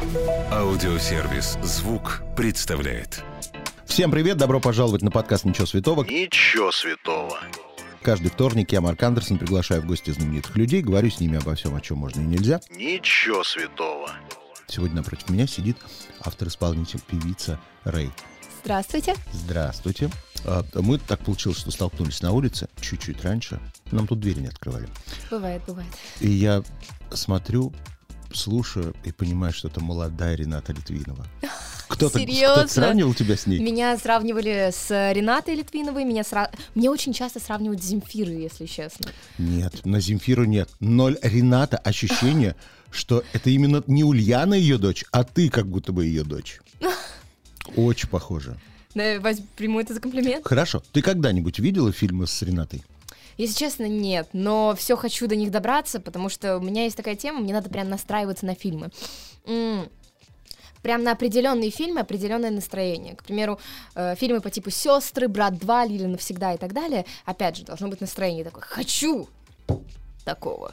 Аудиосервис «Звук» представляет. Всем привет, добро пожаловать на подкаст «Ничего святого». Ничего святого. Каждый вторник я, Марк Андерсон, приглашаю в гости знаменитых людей, говорю с ними обо всем, о чем можно и нельзя. Ничего святого. Сегодня напротив меня сидит автор-исполнитель, певица Рэй. Здравствуйте. Здравствуйте. Мы так получилось, что столкнулись на улице чуть-чуть раньше. Нам тут двери не открывали. Бывает. И я смотрю, слушаю и понимаю, что это молодая Рената Литвинова. Кто-то сравнивал тебя с ней? Меня сравнивали с Ренатой Литвиновой. Мне очень часто сравнивают с Земфирой, если честно. Нет, на Земфиру нет. Ноль Рената. Ощущение, что это именно не Ульяна ее дочь, а ты как будто бы ее дочь. Очень похоже. Приму это за комплимент. Хорошо. Ты когда-нибудь видела фильмы с Ренатой? Если честно, нет. Но все хочу до них добраться, потому что у меня есть такая тема, мне надо прям настраиваться на фильмы. Прям на определенные фильмы, определенное настроение. К примеру, фильмы по типу «Сестры», «Брат 2», «Лили навсегда» и так далее. Опять же, должно быть настроение такое «хочу» такого.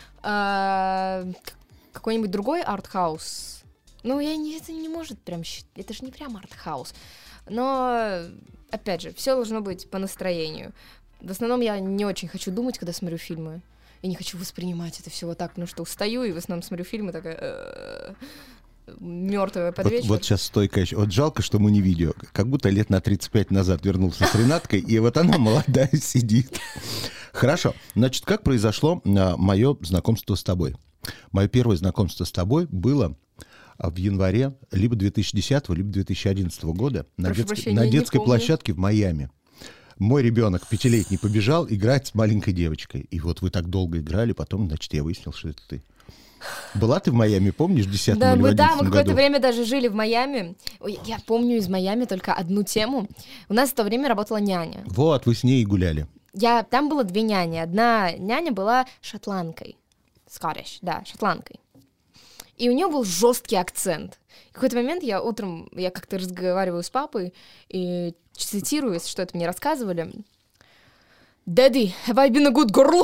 Какой-нибудь другой артхаус. Ну, это не может прям... Это же не прям артхаус. Но, опять же, все должно быть по настроению. В основном я не очень хочу думать, когда смотрю фильмы. И не хочу воспринимать это все вот так, потому что устаю, и в основном смотрю фильмы такая... мертвая под вечер. Вот сейчас стойкая. Вот жалко, что мы не видео. Как будто лет на 35 назад вернулся с Ренаткой, и вот она молодая сидит. Хорошо. Значит, как произошло мое знакомство с тобой? Мое первое знакомство с тобой было в январе либо 2010, либо 2011 года на детской площадке в Майами. Мой ребенок 5-летний побежал играть с маленькой девочкой. И вот вы так долго играли, потом, значит, я выяснил, что это ты. Была ты в Майами, помнишь, в 10 или в 11 году? Да, мы какое-то время даже жили в Майами. Я помню из Майами только одну тему. У нас в то время работала няня. Вот, вы с ней и гуляли. Там было 2 няни. Одна няня была шотландкой. Scottish, да, шотландкой. И у нее был жесткий акцент. В какой-то момент я как-то разговариваю с папой и цитирую, если что, это мне рассказывали. «Daddy, have I been a good girl?»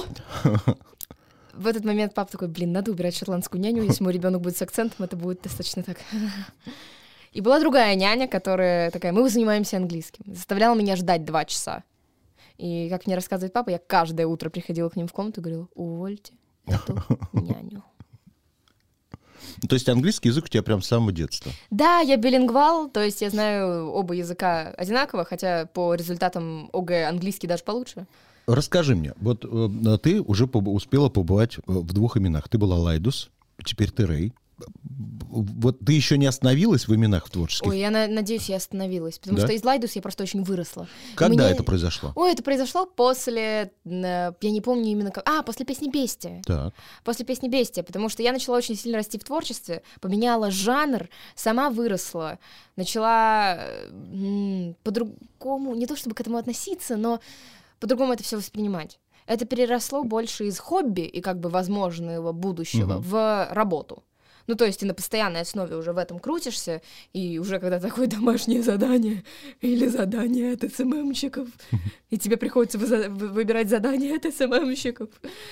В этот момент папа такой, надо убирать шотландскую няню, если мой ребенок будет с акцентом, это будет достаточно так. И была другая няня, которая такая, мы занимаемся английским. Заставляла меня ждать 2 часа. И, как мне рассказывает папа, я каждое утро приходила к ним в комнату и говорила, увольте эту няню. То есть английский язык у тебя прям с самого детства? Да, я билингвал, то есть я знаю оба языка одинаково, хотя по результатам ОГЭ английский даже получше. Расскажи мне, вот ты уже успела побывать в 2 именах. Ты была Лайдус, теперь ты Рэй. Вот ты еще не остановилась в именах в творческих? Ой, я надеюсь, я остановилась, потому что из Лайдус я просто очень выросла. Когда это произошло? Это произошло после, я не помню именно как... после песни «Бестия». Так. После песни «Бестия», потому что я начала очень сильно расти в творчестве, поменяла жанр, сама выросла, начала по-другому, не то чтобы к этому относиться, но по-другому это все воспринимать. Это переросло больше из хобби и как бы возможного будущего в работу. Ну, то есть ты на постоянной основе уже в этом крутишься, и уже когда такое домашнее задание или задание от СММщиков, и тебе приходится выбирать задание от СММщиков,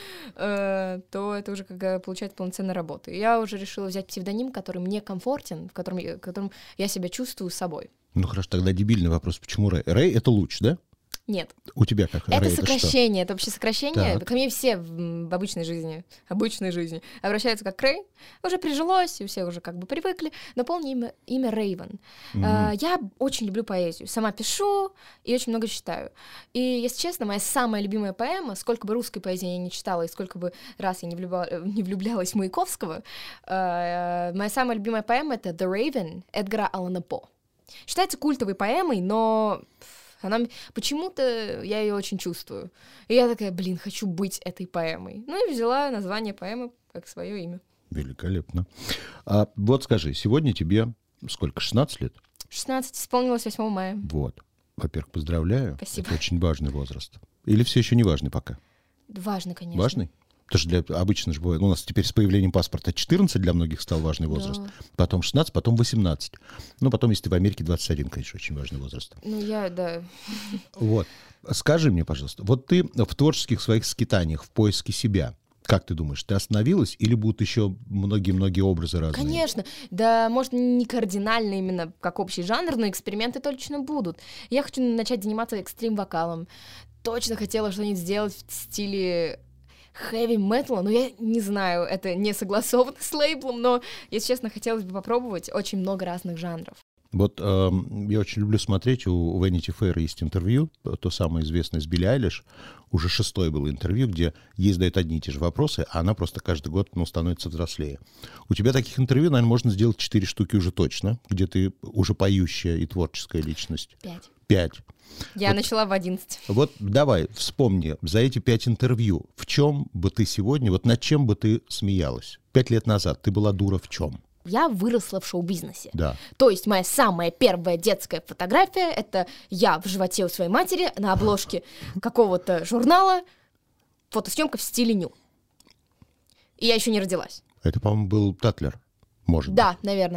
то это уже когда получается полноценная работа. И я уже решила взять псевдоним, который мне комфортен, в котором я себя чувствую собой. Ну, хорошо, тогда дебильный вопрос. Почему Рэй? Рэй — это луч, да? Нет. У тебя как? Это Рэй, сокращение, это вообще сокращение. Так. Ко мне все в обычной жизни обращаются как Рэй. Уже прижилось, и все уже как бы привыкли. Но полное имя Рейвен. Я очень люблю поэзию. Сама пишу и очень много читаю. И, если честно, моя самая любимая поэма, сколько бы русской поэзии я не читала, и сколько бы раз я не влюблялась в Маяковского, моя самая любимая поэма — это «The Raven» Эдгара Аллана По. Считается культовой поэмой, но... почему-то я ее очень чувствую. И я такая, хочу быть этой поэмой. Ну и взяла название поэмы как свое имя. Великолепно. Вот скажи, сегодня тебе сколько, 16 лет? 16, исполнилось 8 мая. Вот. Во-первых, поздравляю. Спасибо. Это очень важный возраст. Или все еще не важный пока? Важный, конечно. Важный? Потому что обычно же бывает, у нас теперь с появлением паспорта 14 для многих стал важный возраст, потом 16, потом 18. Ну, потом, если ты в Америке, 21, конечно, очень важный возраст. Да. Вот. Скажи мне, пожалуйста, вот ты в творческих своих скитаниях, в поиске себя, Как ты думаешь, ты остановилась или будут еще многие-многие образы разные? Конечно. Да, может, не кардинально именно как общий жанр, но эксперименты точно будут. Я хочу начать заниматься экстрим-вокалом. Точно хотела что-нибудь сделать в стиле хэви-металла, но я не знаю, это не согласовано с лейблом, но, если честно, хотелось бы попробовать очень много разных жанров. Вот я очень люблю смотреть, у Vanity Fair есть интервью, то самое известное с Билли Айлиш, уже 6-е было интервью, где ей задают одни и те же вопросы, а она просто каждый год становится взрослее. У тебя таких интервью, наверное, можно сделать 4 штуки уже точно, где ты уже поющая и творческая личность. 5. Я начала в 11. Вот давай, вспомни, за эти 5 интервью, в чем бы ты сегодня, вот над чем бы ты смеялась? 5 лет назад ты была дура в чем? Я выросла в шоу-бизнесе. Да. То есть моя самая первая детская фотография — это я в животе у своей матери на обложке какого-то журнала, фотосъемка в стиле ню. И я еще не родилась. Это, по-моему, был Татлер, может Да, наверное.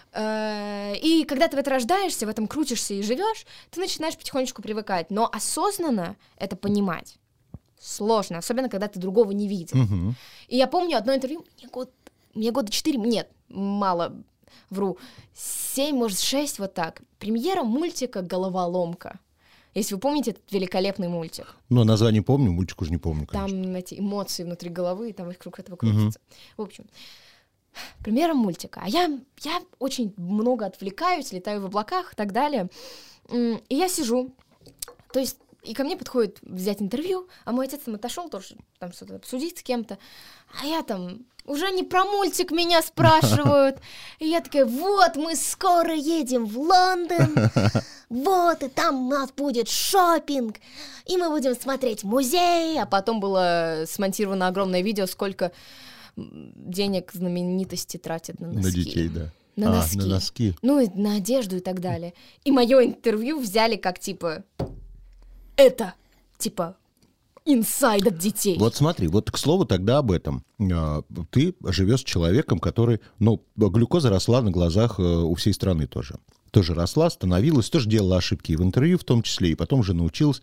И когда ты в это рождаешься, в этом крутишься и живешь, ты начинаешь потихонечку привыкать. Но осознанно это понимать сложно, особенно когда ты другого не видел. Угу. И я помню одно интервью, мне года 4, нет, мало, вру, 7, может, 6, вот так. Премьера мультика «Головоломка». Если вы помните этот великолепный мультик. Ну, название помню, мультик уже не помню, конечно. Там эти эмоции внутри головы, и там вокруг этого крутится. В общем, премьера мультика. А я очень много отвлекаюсь, летаю в облаках и так далее. И я сижу, то есть, и ко мне подходит взять интервью, а мой отец там отошел тоже там что-то обсудить с кем-то, а я там уже не про мультик меня спрашивают. И я такая, вот, мы скоро едем в Лондон, вот, и там у нас будет шопинг, и мы будем смотреть музей. А потом было смонтировано огромное видео, сколько денег знаменитости тратят на носки. На детей, да. На носки. На носки. Ну, и на одежду и так далее. И мое интервью взяли как, типа, это, типа, инсайд от детей. Вот смотри, вот к слову тогда об этом. Ты живешь с человеком, который, ну, глюкоза росла на глазах у всей страны тоже. Тоже росла, становилась, тоже делала ошибки и в интервью в том числе, и потом уже научилась.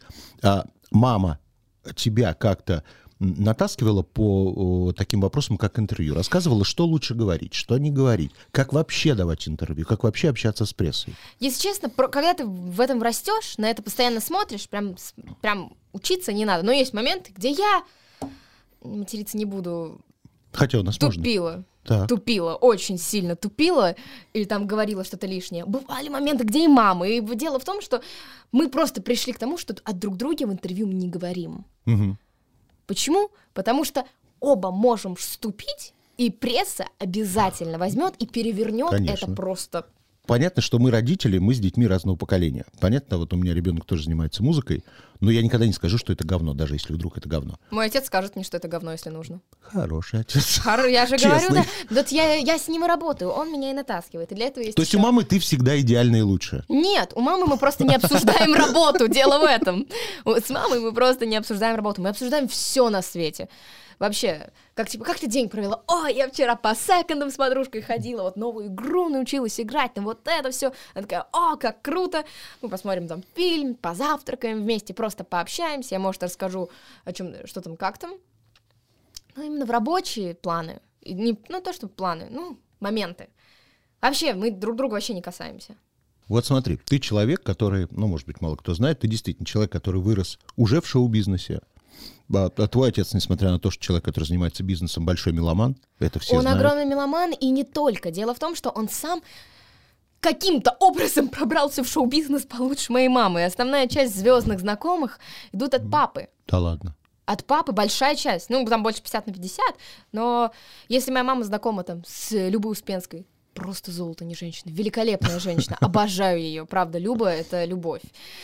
Мама тебя как-то натаскивала по таким вопросам, как интервью? Рассказывала, что лучше говорить, что не говорить, как вообще давать интервью, как вообще общаться с прессой? Если честно, когда ты в этом растешь, на это постоянно смотришь, прям учиться не надо. Но есть моменты, где я, материться не буду, хотя у нас тупила. Так. Тупила, очень сильно тупила, или там говорила что-то лишнее. Бывали моменты, где и мама. И дело в том, что мы просто пришли к тому, что от друг друга в интервью мы не говорим. Угу. Почему? Потому что оба можем вступить, и пресса обязательно возьмет и перевернет это просто. Понятно, что мы родители, мы с детьми разного поколения. Понятно, вот у меня ребенок тоже занимается музыкой, но я никогда не скажу, что это говно, даже если вдруг это говно. Мой отец скажет мне, что это говно, если нужно. Хороший отец. Я же Честный. говорю, да. Вот я с ним и работаю, он меня и натаскивает. И для этого есть То есть у мамы ты всегда идеальная и лучшая? Нет, у мамы мы просто не обсуждаем работу, дело в этом. С мамой мы просто не обсуждаем работу, мы обсуждаем все на свете. Вообще, как ты день провела? Ой, я вчера по секондам с подружкой ходила, вот новую игру научилась играть, там вот это все. Она такая, как круто. Мы посмотрим там фильм, позавтракаем вместе, просто пообщаемся. Я, может, расскажу о чем, что там, как там. Ну, именно в рабочие планы. Не то, что планы, моменты. Вообще, мы друг друга вообще не касаемся. Вот смотри, ты человек, который, может быть, мало кто знает, ты действительно человек, который вырос уже в шоу-бизнесе. А твой отец, несмотря на то, что человек, который занимается бизнесом, большой меломан, это все знают. Он огромный меломан, и не только. Дело в том, что он сам каким-то образом пробрался в шоу-бизнес получше моей мамы. И основная часть звездных знакомых идут от папы. Да ладно. От папы большая часть. Там больше 50/50. Но если моя мама знакома там с Любой Успенской, просто золото, не женщина. Великолепная женщина. Обожаю ее. Правда, Люба — это любовь.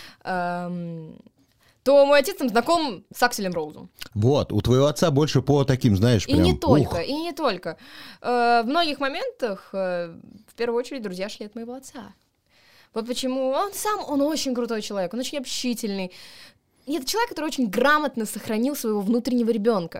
То мой отец там знаком с Акселем Роузом. Вот, у твоего отца больше по таким, знаешь, прям... И не только. В многих моментах, в первую очередь, друзья шли от моего отца. Вот почему он очень крутой человек, он очень общительный. И это человек, который очень грамотно сохранил своего внутреннего ребенка.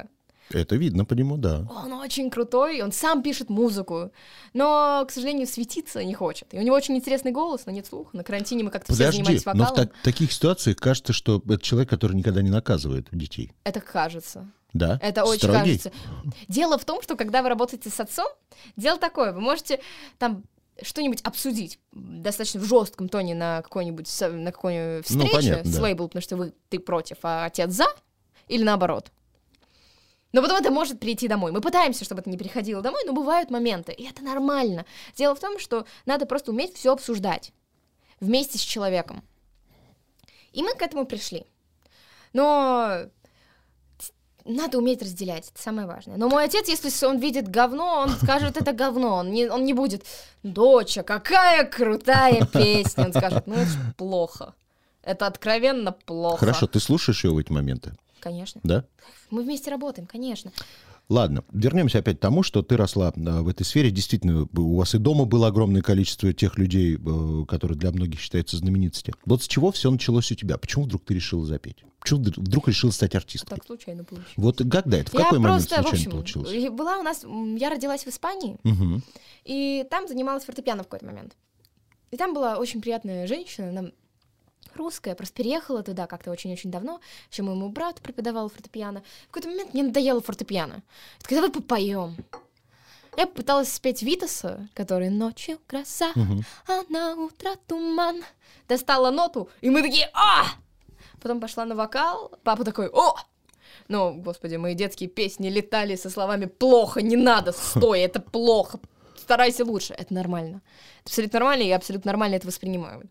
Это видно по нему, да. Он очень крутой, он сам пишет музыку, но, к сожалению, светиться не хочет. И у него очень интересный голос, но нет слуха. На карантине мы как-то все занимались вокалом. Но в таких ситуациях кажется, что это человек, который никогда не наказывает детей. Это кажется. Да? Это очень строгий? кажется. Дело в том, что когда вы работаете с отцом, дело такое, вы можете там что-нибудь обсудить достаточно в жестком тоне на какой-нибудь встрече понятно, с да. лейблом, потому что ты против, а отец за, или наоборот. Но потом это может перейти домой. Мы пытаемся, чтобы это не переходило домой, но бывают моменты, и это нормально. Дело в том, что надо просто уметь все обсуждать вместе с человеком. И мы к этому пришли. Но надо уметь разделять, это самое важное. Но мой отец, если он видит говно, он скажет, это говно. Он не будет, доча, какая крутая песня. Он скажет, ну это ж плохо. Это откровенно плохо. Хорошо, ты слушаешь ее в эти моменты? Конечно. Да? Мы вместе работаем, конечно. Ладно, вернемся опять к тому, что ты росла в этой сфере. Действительно, у вас и дома было огромное количество тех людей, которые для многих считаются знаменитостями. Вот с чего все началось у тебя? Почему вдруг ты решила запеть? Почему вдруг решила стать артисткой? Так случайно получилось. Вот когда это? В какой момент случайно получилось? Я родилась в Испании, Угу. и там занималась фортепиано в какой-то момент. И там была очень приятная женщина, она русская, просто переехала туда как-то очень-очень давно, еще моему брату преподавала фортепиано. В какой-то момент мне надоело фортепиано. Я сказала, давай попоем. Я попыталась спеть Витаса, который «Ночью гроза, а на утро туман». Достала ноту, и мы такие «А!». Потом пошла на вокал, папа такой «О!». Ну, господи, мои детские песни летали со словами «Плохо, не надо, стой, это плохо, старайся лучше». Это нормально. Это абсолютно нормально, и я абсолютно нормально это воспринимаю.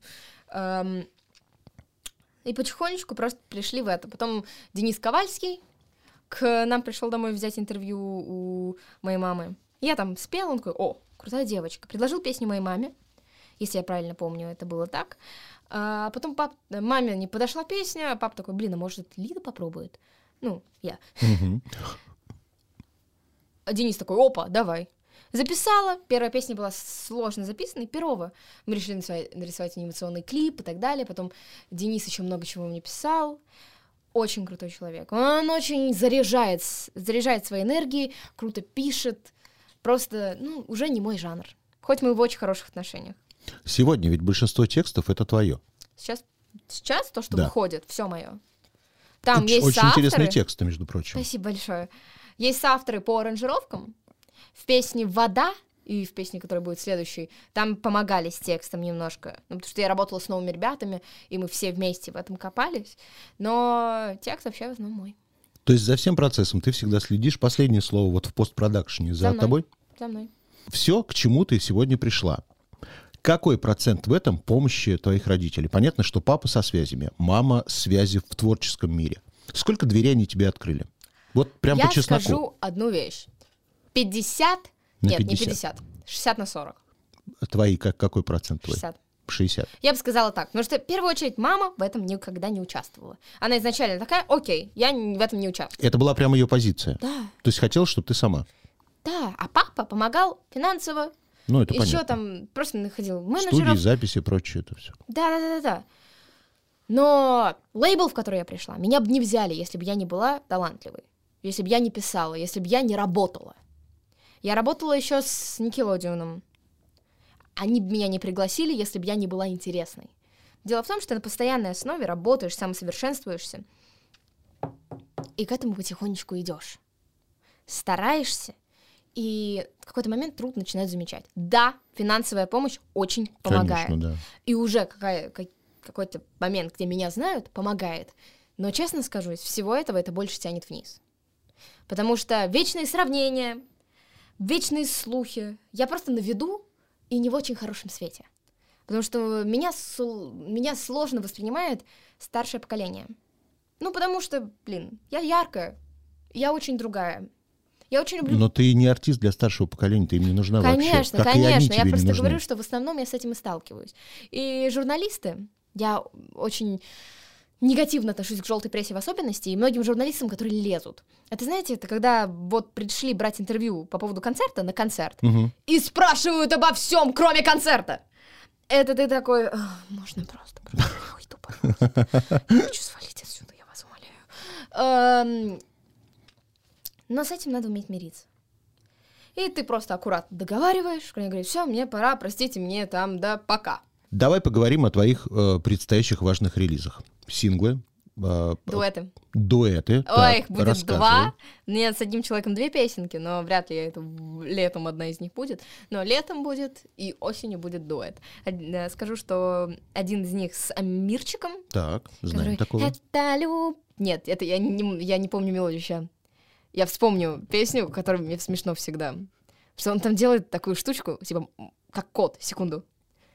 И потихонечку просто пришли в это. Потом Денис Ковальский к нам пришел домой взять интервью у моей мамы. Я там спела, он такой, о, крутая девочка. Предложил песню моей маме, если я правильно помню, это было так. А потом маме не подошла песня, а папа такой, блин, а может Лида попробует? Ну, я. А Денис такой, опа, давай. Записала, первая песня была сложно записана, и Перова. Мы решили нарисовать анимационный клип и так далее. Потом Денис еще много чего мне писал. Очень крутой человек. Он очень заряжает своей энергией, круто пишет. Просто, уже не мой жанр. Хоть мы в очень хороших отношениях. Сегодня ведь большинство текстов — это твое. Сейчас то, что Да. выходит, все мое. Там есть Очень соавторы. интересные тексты, между прочим. Спасибо большое. Есть соавторы по аранжировкам. В песне «Вода» и в песне, которая будет следующей, там помогали с текстом немножко. Потому что я работала с новыми ребятами, и мы все вместе в этом копались. Но текст вообще в основном мой. То есть за всем процессом ты всегда следишь. Последнее слово вот в постпродакшене за тобой? За мной. Все, к чему ты сегодня пришла. Какой процент в этом помощи твоих родителей? Понятно, что папа со связями, мама связи в творческом мире. Сколько дверей они тебе открыли? Вот прям по чесноку. Я скажу одну вещь. 50? На Нет, 50. не 50. 60 на 40. Твои, какой процент твой? 60. 60. Я бы сказала так, потому что в первую очередь мама в этом никогда не участвовала. Она изначально такая, окей, я в этом не участвую. Это была прямо ее позиция? Да. То есть хотела, чтобы ты сама? Да, а папа помогал финансово. Ну, это Еще понятно. там просто находил Студии, менеджеров. записи и прочее это все. Да. Но лейбл, в который я пришла, меня бы не взяли, если бы я не была талантливой, если бы я не писала, если бы я не работала. Я работала еще с Никелодеоном. Они бы меня не пригласили, если бы я не была интересной. Дело в том, что ты на постоянной основе работаешь, самосовершенствуешься, и к этому потихонечку идешь. Стараешься, и в какой-то момент труд начинают замечать. Да, финансовая помощь очень помогает. Конечно, да. И уже какой-то момент, где меня знают, помогает. Но, честно скажу, из всего этого это больше тянет вниз. Потому что вечные сравнения, вечные слухи. Я просто на виду и не в очень хорошем свете. Потому что меня сложно воспринимает старшее поколение. Ну, потому что, я яркая, я очень другая. Я очень люблю... Но ты не артист для старшего поколения, ты им не нужна вообще. Как и они тебе Я не просто нужны. говорю, что в основном я с этим и сталкиваюсь. И журналисты, я очень негативно отношусь к желтой прессе в особенности, и многим журналистам, которые лезут. Это, знаете, это когда вот пришли брать интервью по поводу концерта на концерт, и спрашивают обо всем, кроме концерта. Это ты такой, можно просто уйду, пожалуйста. Я хочу свалить отсюда, я вас умоляю. Но с этим надо уметь мириться. И ты просто аккуратно договариваешь, говоришь, все, мне пора, простите, мне там, да, пока. Давай поговорим о твоих предстоящих важных релизах. Синглы. Дуэты. Дуэты. Ой, их будет 2. Нет, с одним человеком 2 песенки, но вряд ли это летом одна из них будет. Но летом будет и осенью будет дуэт. Скажу, что один из них с Амирчиком. Так, знаем такого. Это Нет, это я не помню мелодию сейчас. Я вспомню песню, которая мне смешно всегда. Что он там делает такую штучку, типа, как кот, секунду.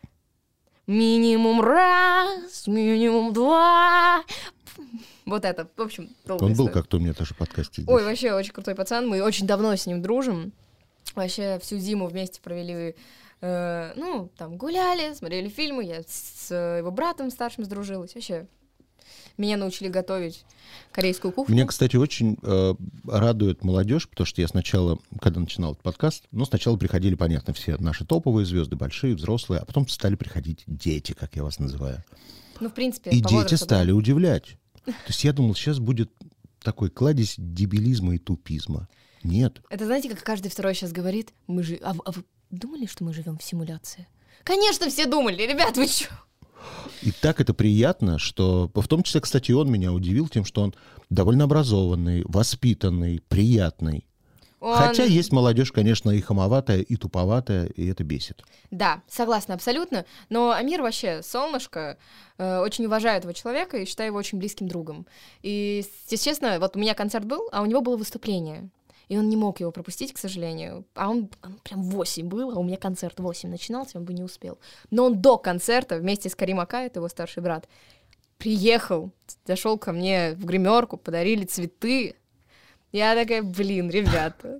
Минимум раз, минимум 2. Вот это, в общем, долгая Он был история. как-то у меня тоже в подкасте здесь. Ой, вообще очень крутой пацан, мы очень давно с ним дружим. Вообще всю зиму вместе провели, там гуляли, смотрели фильмы, я с его братом старшим сдружилась. Вообще меня научили готовить корейскую кухню. Мне, кстати, очень радует молодежь, потому что я сначала, когда начинал этот подкаст, сначала приходили, понятно, все наши топовые звезды, большие, взрослые, а потом стали приходить дети, как я вас называю. В принципе, и по дети возрасту, стали да. удивлять. То есть я думал, сейчас будет такой кладезь дебилизма и тупизма. Нет. Это знаете, как каждый второй сейчас говорит, а вы думали, что мы живем в симуляции? Конечно, все думали, ребят, вы чё? И так это приятно, что, в том числе, кстати, он меня удивил тем, что он довольно образованный, воспитанный, приятный. Хотя есть молодежь, конечно, и хамоватая, и туповатая, и это бесит. Да, согласна абсолютно, но Амир вообще солнышко, очень уважаю этого человека и считаю его очень близким другом. И, если честно, вот у меня концерт был, а у него было выступление, и он не мог его пропустить, к сожалению. А он прям 8 был, а у меня концерт 8 начинался, он бы не успел. Но он до концерта вместе с Карим Ака, это его старший брат, приехал, зашел ко мне в гримерку, подарили цветы. Я такая, ребята.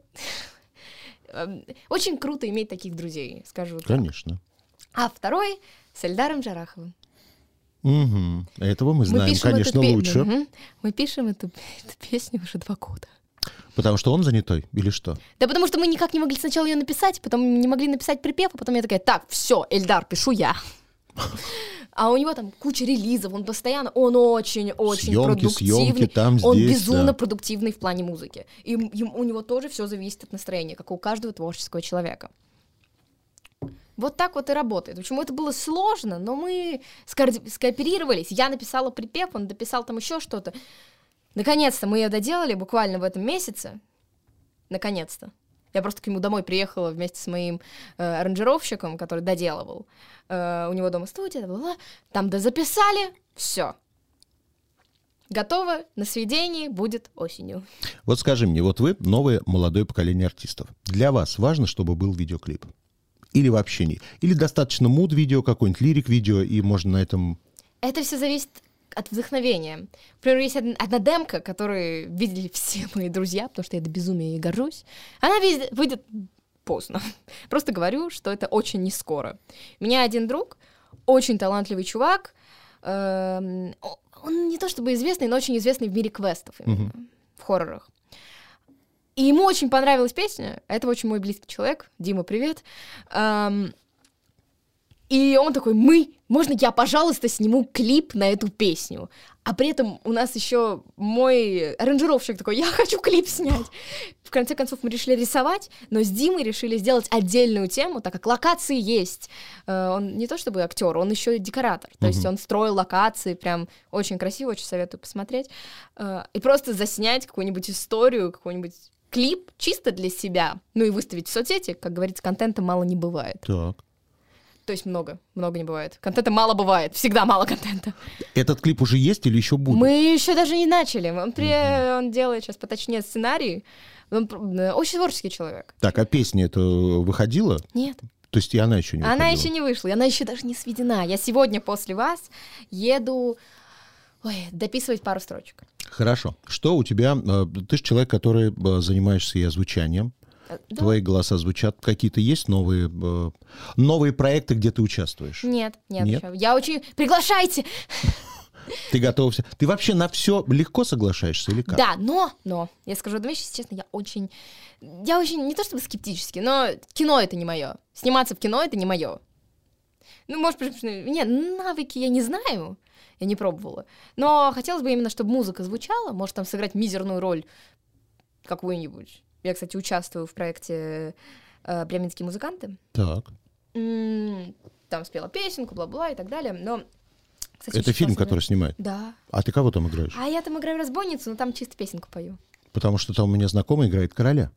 Очень круто иметь таких друзей, скажу так. Конечно. А второй с Эльдаром Джараховым. Угу. Этого мы знаем, конечно, лучше. Мы пишем эту песню уже 2 года. Потому что он занятой или что? Да потому что мы никак не могли сначала ее написать, потом не могли написать припев, а потом я такая, так, все, Эльдар, пишу я. А у него там куча релизов, он постоянно, он очень-очень продуктивный. Съемки там, он здесь, безумно продуктивный в плане музыки. И у него тоже все зависит от настроения, как у каждого творческого человека. Вот так вот и работает. Почему это было сложно, но мы скооперировались. Я написала припев, он дописал там еще что-то. Наконец-то мы ее доделали буквально в этом месяце. Наконец-то. Я просто к нему домой приехала вместе с моим аранжировщиком, который доделывал. У него дома студия, там дозаписали, все. Готово, на сведении будет осенью. Вот скажи мне, вот вы новое молодое поколение артистов. Для вас важно, чтобы был видеоклип? Или вообще не? Или достаточно муд-видео, какой-нибудь лирик-видео, и можно на этом... Это все зависит от вдохновения. Например, есть одна демка, которую видели все мои друзья, потому что я до безумия ей горжусь. Она выйдет поздно. Просто говорю, что это очень не скоро. У меня один друг, очень талантливый чувак, он не то чтобы известный, но очень известный в мире квестов, именно, в хоррорах. И ему очень понравилась песня. Это очень мой близкий человек. Дима, привет. И он такой, можно я, пожалуйста, сниму клип на эту песню? А при этом у нас еще мой аранжировщик такой, я хочу клип снять. В конце концов мы решили рисовать, но с Димой решили сделать отдельную тему, так как локации есть. Он не то чтобы актер, он еще и декоратор. То есть он строил локации, прям очень красиво, очень советую посмотреть. И просто заснять какую-нибудь историю, какой-нибудь клип чисто для себя, ну и выставить в соцсети, как говорится, контента мало не бывает. Так. То есть много не бывает. Контента мало бывает, всегда мало контента. Этот клип уже есть или еще будет? Мы еще даже не начали. Он делает сейчас поточнее сценарий. Он очень творческий человек. Так, а песня это выходила? Нет. То есть и она еще не выходила? Она еще не вышла, она еще даже не сведена. Я сегодня после вас еду дописывать пару строчек. Хорошо. Что у тебя? Ты же человек, который занимаешься и озвучанием. Да. Твои голоса звучат. Какие-то есть новые проекты, где ты участвуешь? Нет. Я очень... Приглашайте! Ты готова все? Ты вообще на все легко соглашаешься или как? Да, но я скажу одну вещь, если честно, я очень не то чтобы скептически, но кино это не мое. Сниматься в кино это не мое. Ну, может, нет, навыки я не знаю, я не пробовала. Но хотелось бы именно, чтобы музыка звучала, может там сыграть мизерную роль какую-нибудь. Я, кстати, участвую в проекте «Бременские музыканты». Так. Там спела песенку, бла-бла и так далее. Но, кстати, Это фильм, который снимает? Да. А ты кого там играешь? А я там играю разбойницу, но там чисто песенку пою. Потому что там у меня знакомый играет короля.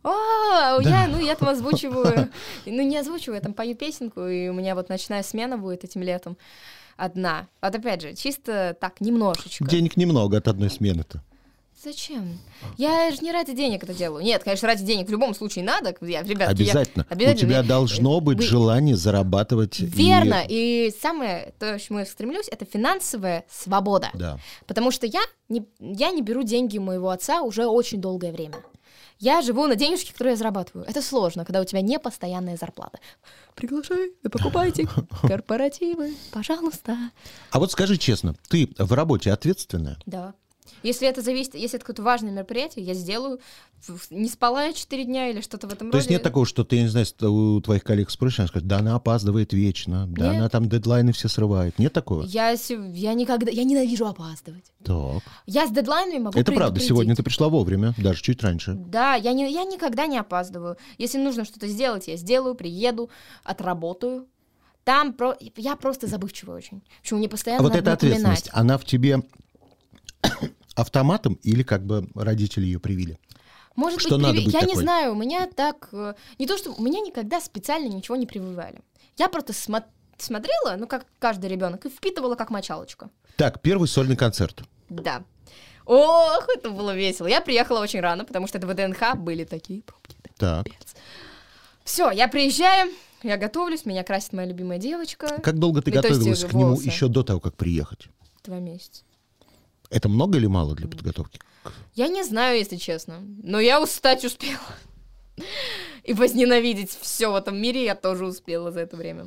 Я там озвучиваю. Не озвучиваю, я там пою песенку, и у меня вот ночная смена будет этим летом. Одна. Вот опять же, чисто так, немножечко. Денег немного от одной смены-то. Зачем? Я же не ради денег это делаю. Нет, конечно, ради денег в любом случае надо. Ребятки, обязательно. У тебя должно быть желание зарабатывать. Верно. И самое, то, к чему я стремлюсь, это финансовая свобода. Да. Потому что я не беру деньги у моего отца уже очень долгое время. Я живу на денежки, которые я зарабатываю. Это сложно, когда у тебя не постоянная зарплата. Приглашай, покупайте корпоративы, пожалуйста. А вот скажи честно, ты в работе ответственная? Да. Если это какое-то важное мероприятие, я сделаю. Не спала я 4 дня или что-то в этом роде. То есть нет такого, что ты, я не знаю, у твоих коллег спросишь, она скажет, да она опаздывает вечно, да она там дедлайны все срывает. Нет такого? Я ненавижу опаздывать. Так. Я с дедлайнами могу Это правда, сегодня ты пришла вовремя, даже чуть раньше. Да, я никогда не опаздываю. Если нужно что-то сделать, я сделаю, приеду, отработаю. Я просто забывчивая очень. Почему мне постоянно вот надо эта напоминать. Ответственность, она в тебе автоматом или как бы родители ее привили? Может что быть, надо быть я такой? Не знаю, у меня так... Не то, что... У меня никогда специально ничего не прививали. Я просто смотрела, как каждый ребенок, и впитывала как мочалочку. Так, первый сольный концерт. Да. Ох, это было весело. Я приехала очень рано, потому что это ВДНХ, были такие пробки. Так. Все, я приезжаю, я готовлюсь, меня красит моя любимая девочка. Как долго ты готовилась к нему еще до того, как приехать? 2 месяца. Это много или мало для подготовки? Я не знаю, если честно. Но я устать успела. И возненавидеть все в этом мире я тоже успела за это время.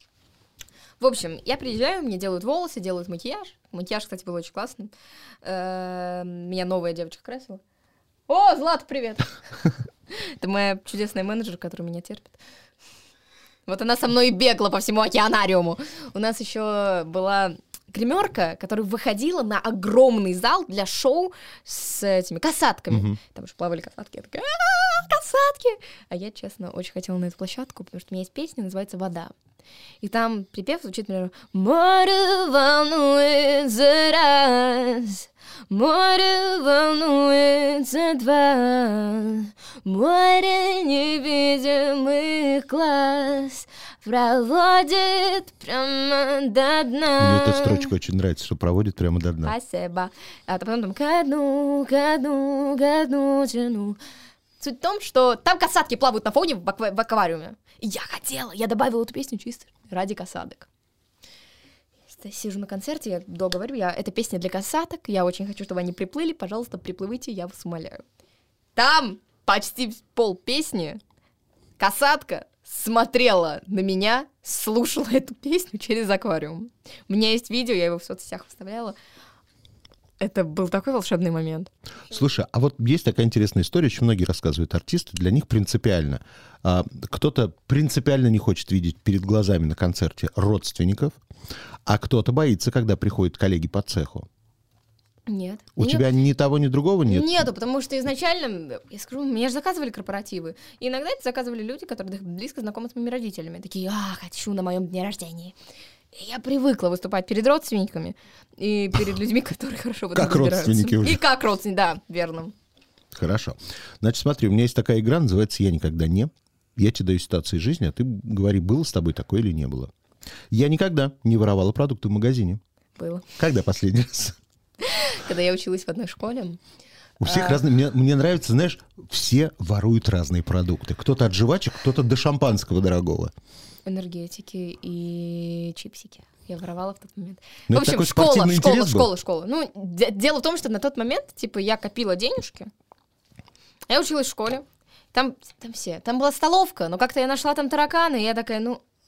В общем, я приезжаю, мне делают волосы, делают макияж. Макияж, кстати, был очень классным. Меня новая девочка красила. О, Злата, привет! Это моя чудесная менеджер, которая меня терпит. Вот она со мной и бегала по всему океанариуму. У нас еще была гримерка, которая выходила на огромный зал для шоу с этими касатками. Там же плавали касатки. Я такая, касатки! А я, честно, очень хотела на эту площадку, потому что у меня есть песня, называется «Вода». И там припев звучит, например, «Море волнуется раз, море волнуется два, море невидимых глаз проводит прямо до дна». Мне эта строчка очень нравится, что проводит прямо до дна. Спасибо. А потом там ко дну тяну. Суть в том, что там касатки плавают на фоне в аквариуме. И я добавила эту песню чисто ради касаток. Я сижу на концерте, я долго говорю, это песня для касаток, я очень хочу, чтобы они приплыли, пожалуйста, приплывите, я вас умоляю. Там почти пол песни касатка смотрела на меня, слушала эту песню через аквариум. У меня есть видео, я его в соцсетях вставляла. Это был такой волшебный момент. Слушай, а вот есть такая интересная история, очень многие рассказывают артисты, для них принципиально. Кто-то принципиально не хочет видеть перед глазами на концерте родственников, а кто-то боится, когда приходят коллеги по цеху. Нет. У тебя ни того, ни другого нет? Нету, потому что изначально, я скажу, меня же заказывали корпоративы. И иногда это заказывали люди, которые близко знакомы с моими родителями. Такие, хочу на моем дне рождения. И я привыкла выступать перед родственниками и перед людьми, которые хорошо в этом разбираются. Как родственники уже. И как родственники, да, верно. Хорошо. Значит, смотри, у меня есть такая игра, называется «Я никогда не». Я тебе даю ситуации жизни, а ты говори, было с тобой такое или не было. Я никогда не воровала продукты в магазине. Было. Когда последний раз? Когда я училась в одной школе. У всех разные... Мне нравится, знаешь, все воруют разные продукты. Кто-то от жвачек, кто-то до шампанского дорогого. Энергетики и чипсики. Я воровала в тот момент. Ну, в общем, школа. Ну, дело в том, что на тот момент, я копила денежки. Я училась в школе. Там была столовка, но как-то я нашла там тараканы, и я такая,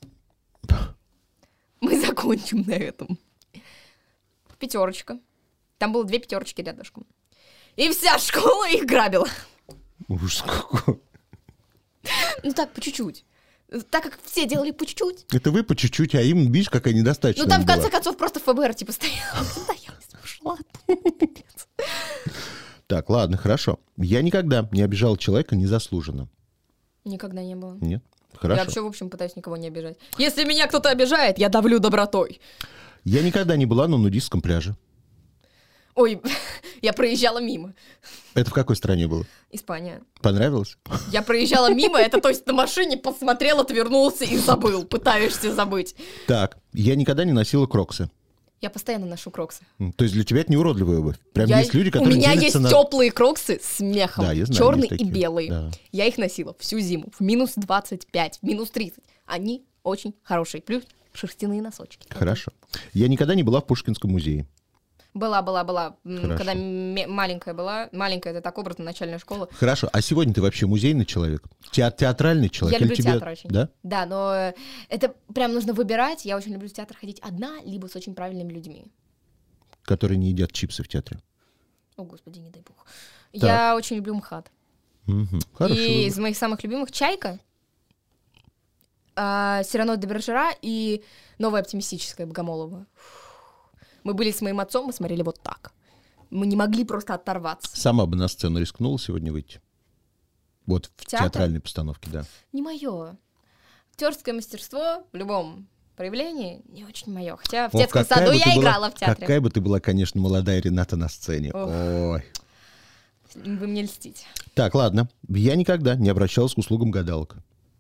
мы закончим на этом. 5. Там было 2 5 рядышком. И вся школа их грабила. Ужас какой. Ну так, по чуть-чуть. Так как все делали по чуть-чуть. Это вы по чуть-чуть, а им, видишь, какая недостаточная. Ну там, в конце концов, просто ФБР, стоял. Да, я ушла. Так, ладно, хорошо. Я никогда не обижал человека незаслуженно. Никогда не было. Нет? Я Хорошо. вообще, в общем, пытаюсь никого не обижать. Если меня кто-то обижает, я давлю добротой. Я никогда не была на нудистском пляже. Ой, я проезжала мимо. Это в какой стране было? Испания. Понравилось? Я проезжала мимо, это то есть на машине посмотрел, отвернулся и забыл. Пытаешься забыть. Так, я никогда не носила кроксы. Я постоянно ношу кроксы. То есть для тебя это не уродливая обувь? Прям есть люди, которые У меня делятся есть на... теплые кроксы с мехом, Да, я знаю, черные есть и такие. белые. Да. Я их носила всю зиму, в минус 25, в минус 30. Они очень хорошие, плюс шерстяные носочки. Хорошо. Я никогда не была в Пушкинском музее. Была. Хорошо. Когда маленькая была. Маленькая — это так образно, начальная школа. Хорошо. А сегодня ты вообще музейный человек? Театральный человек? Я Или люблю тебе... театр очень. Да? Да, но это прям нужно выбирать. Я очень люблю в театр ходить одна, либо с очень правильными людьми. Которые не едят чипсы в театре. О, господи, не дай бог. Так. Я очень люблю МХАТ. Мгм. Хороший И выбор. из моих самых любимых «Чайка», «Сирано де Бержера» и «Новая оптимистическая» Богомолова. Мы были с моим отцом, мы смотрели вот так. Мы не могли просто оторваться. Сама бы на сцену рискнула сегодня выйти? Вот в театр? театральной постановке, да. Не мое. Актерское мастерство в любом проявлении не очень мое. Хотя в Ох, детском какая саду бы ты я была- играла в театре. Какая бы ты была, конечно, молодая Рената на сцене. Ох. Ой. Вы мне льстите. Так, ладно. Я никогда не обращалась к услугам гадалок.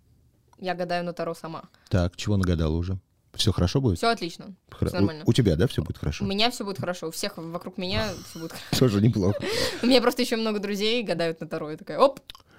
Я гадаю на Таро сама. Так, чего нагадала уже? Все хорошо будет? Все отлично. Хра- Всё нормально. У тебя, да, все будет У хорошо? меня все будет хорошо. У всех вокруг меня все будет хорошо. Тоже неплохо. У меня просто еще много друзей гадают на Таро. Я такая, оп,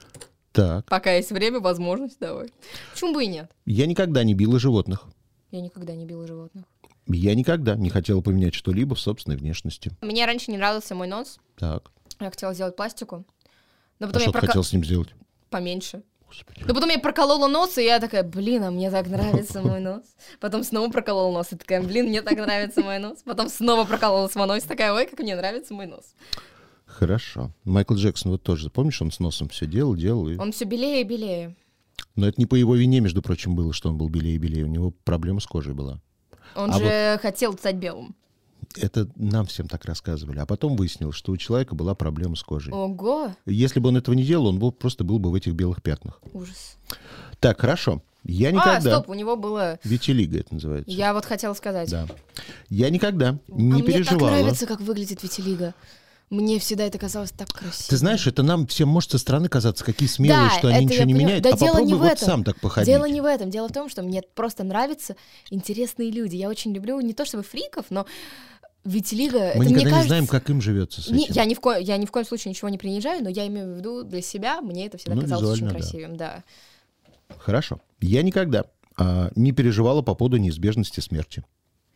Так. пока есть время, возможность, давай. Почему бы и нет? Я никогда не била животных. Я никогда не била животных. Я никогда не хотела поменять что-либо в собственной внешности. Мне раньше не нравился мой нос. Так. Я хотела сделать пластику. Но А потом что я ты хотела с ним сделать? поменьше. Господи. Но потом я проколола нос, и я такая, блин, а мне так нравится мой нос. Потом снова проколола нос, и такая, блин, мне так нравится мой нос. Потом снова проколола свой нос, и такая, ой, как мне нравится мой нос. Хорошо. Майкл Джексон вот тоже, помнишь, он с носом все делал. И... Он все белее и белее. Но это не по его вине, между прочим, было, что он был белее и белее. У него проблема с кожей была. Он А же хотел стать белым. Это нам всем так рассказывали. А потом выяснилось, что у человека была проблема с кожей. Ого, Если бы он этого не делал, он просто был бы в этих белых пятнах. ужас. Так, хорошо. Я никогда... стоп, у него было... Витилиго это называется. Я вот хотела сказать. Да. Я никогда не Мне так переживала. нравится, как выглядит витилиго. Мне всегда это казалось так красиво. Ты знаешь, это нам всем может со стороны казаться, какие смелые, Да, что они это ничего я не понимаю. меняют. Да А дело попробуй не в вот этом. сам так походить. Дело не в этом. Дело в том, что мне просто нравятся интересные люди. Я очень люблю не то чтобы фриков, но витилиго... Мы это, никогда мне не кажется... знаем, как им живется с этим. Я ни в коем случае ничего не принижаю, но я имею в виду для себя, мне это всегда Ну, казалось очень визуально, да. красивым, да. Хорошо. Я никогда не переживала по поводу неизбежности смерти.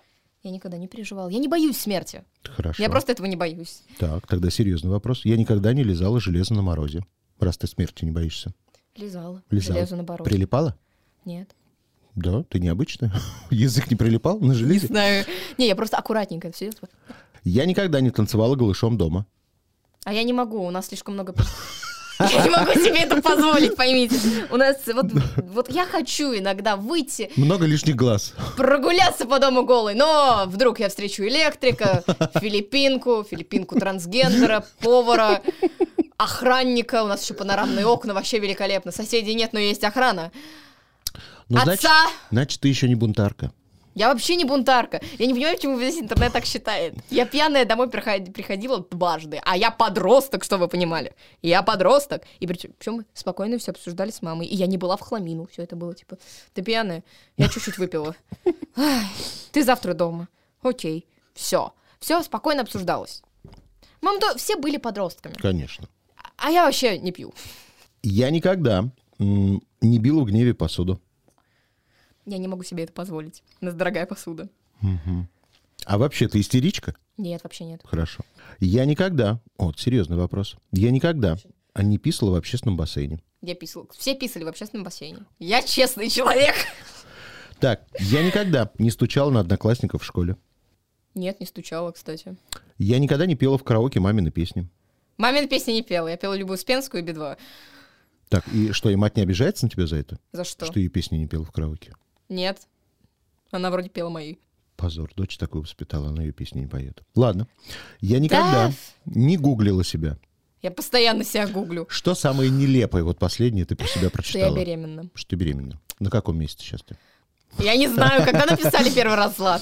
Я никогда не переживала. Я не боюсь смерти. Хорошо. Я просто этого не боюсь. Так, тогда серьезный вопрос. Я никогда не лизала железо на морозе. Раз ты смерти не боишься. Лизала. Лизала. Железо наоборот. Прилипала? Нет. Да, ты необычная. Язык не прилипал на Не железе? знаю. Не, я просто аккуратненько все. Я никогда не танцевала голышом дома. А я не могу, у нас слишком много... Я не могу себе это позволить, поймите. У нас вот я хочу иногда выйти, Много лишних глаз. прогуляться по дому голой, но вдруг я встречу электрика, филиппинку трансгендера, повара, охранника. У нас еще панорамные окна, вообще великолепно. Соседей нет, но есть охрана. Ну, Отца! значит, ты еще не бунтарка. Я вообще не бунтарка. Я не понимаю, почему весь интернет так считает. Я пьяная домой приходила дважды, а я подросток, что вы понимали. Я подросток. И причем мы спокойно все обсуждали с мамой. И я не была в хламину. Все это было типа, ты пьяная? Я чуть-чуть выпила. Ай, ты завтра дома. Окей. Все спокойно обсуждалось. Мам, то все были подростками. Конечно. А я вообще не пью. Я никогда не била в гневе посуду. Я не могу себе это позволить. У нас дорогая посуда. А вообще, ты истеричка? Нет, вообще нет. Хорошо. Я никогда... Вот, серьезный вопрос. Я никогда не писала в общественном бассейне. Я писала. Все писали в общественном бассейне. Я честный человек. Так, я никогда не стучала на одноклассников в школе. Нет, не стучала, кстати. Я никогда не пела в караоке мамины песни. Мамина песни не пела. Я пела любую Успенскую и Би-2. Так, и что, и мать не обижается на тебя за это? За что? Что ее песни не пела в караоке? Нет. Она вроде пела мои. Позор, дочь такую воспитала, она ее песни не поет. Ладно. Я никогда Да. не гуглила себя. Я постоянно себя гуглю. Что самое нелепое, вот последнее ты про себя Что прочитала? я беременна. Что ты беременна. На каком месте сейчас ты? Я не знаю, когда написали первый раз, Влад.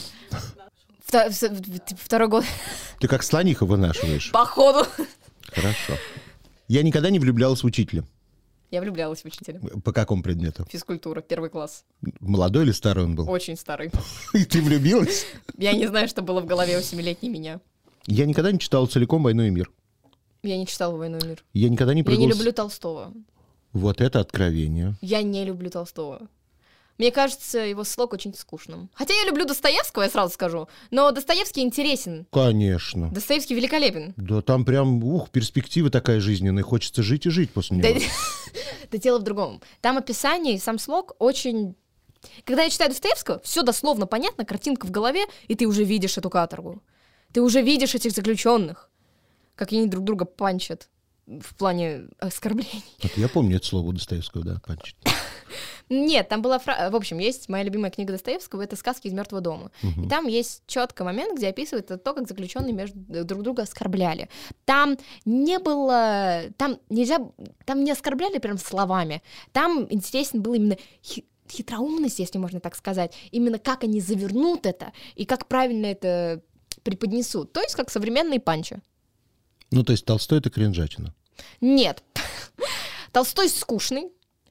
Второй год. Ты как слониха вынашиваешь. Походу. Хорошо. Я никогда не влюблялась в учителя. Я влюблялась в учителя. По какому предмету? Физкультура, 1 класс. Молодой или старый он был? Очень старый. И ты влюбилась? Я не знаю, что было в голове у 7-летней меня. Я никогда не читал целиком «Войну и мир». Я не читала «Войну и мир». Я никогда не Я прыгал... не люблю Толстого. Вот это откровение. Я не люблю Толстого. Мне кажется, его слог очень скучным. Хотя я люблю Достоевского, я сразу скажу. Но Достоевский интересен. Конечно. Достоевский великолепен. Да там прям, перспектива такая жизненная. Хочется жить и жить после него. Да дело в другом. Там описание и сам слог очень... Когда я читаю Достоевского, все дословно понятно, картинка в голове, и ты уже видишь эту каторгу. Ты уже видишь этих заключенных, как они друг друга панчат в плане оскорблений. Вот я помню это слово Достоевского, да, панчит. Нет, там была фраза... В общем, есть моя любимая книга Достоевского, это «Сказки из мертвого дома». И там есть четкий момент, где описывается то, как заключенные друг друга оскорбляли. Там не было... Там не оскорбляли прям словами. Там интересен был именно хитроумность, если можно так сказать. Именно как они завернут это и как правильно это преподнесут. То есть как современные панчи. Ну, то есть Толстой — это кринжатина. Нет. Толстой скучный.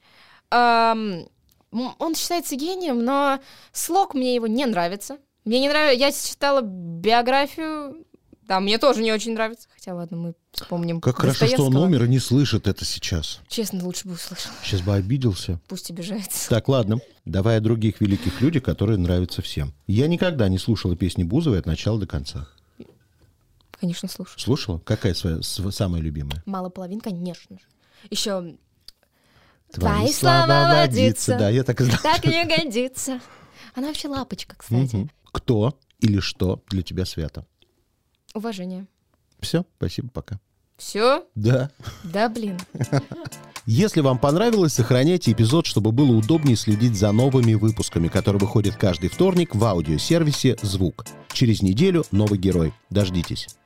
Он считается гением, но слог мне его не нравится. Мне не нравится. Я читала биографию. Да, мне тоже не очень нравится. Хотя, ладно, мы вспомним Как хорошо, что он умер и не слышит это сейчас. Честно, лучше бы услышал. Сейчас бы обиделся. Пусть обижается. Так, ладно. Давай о других великих людях, которые нравятся всем. Я никогда не слушала песни Бузовой от начала до конца. Конечно, слушаю. Слушала? Какая своя самая любимая? Мало половин, конечно же. Еще Твои слова водиться. Да, я так и знал. Так не годится. Она вообще лапочка, кстати. Кто или что для тебя свято? Уважение. Все, спасибо, пока. Все? Да. Да, блин. Если вам понравилось, сохраняйте эпизод, чтобы было удобнее следить за новыми выпусками, которые выходят каждый вторник в аудиосервисе «Звук». Через неделю новый герой. Дождитесь.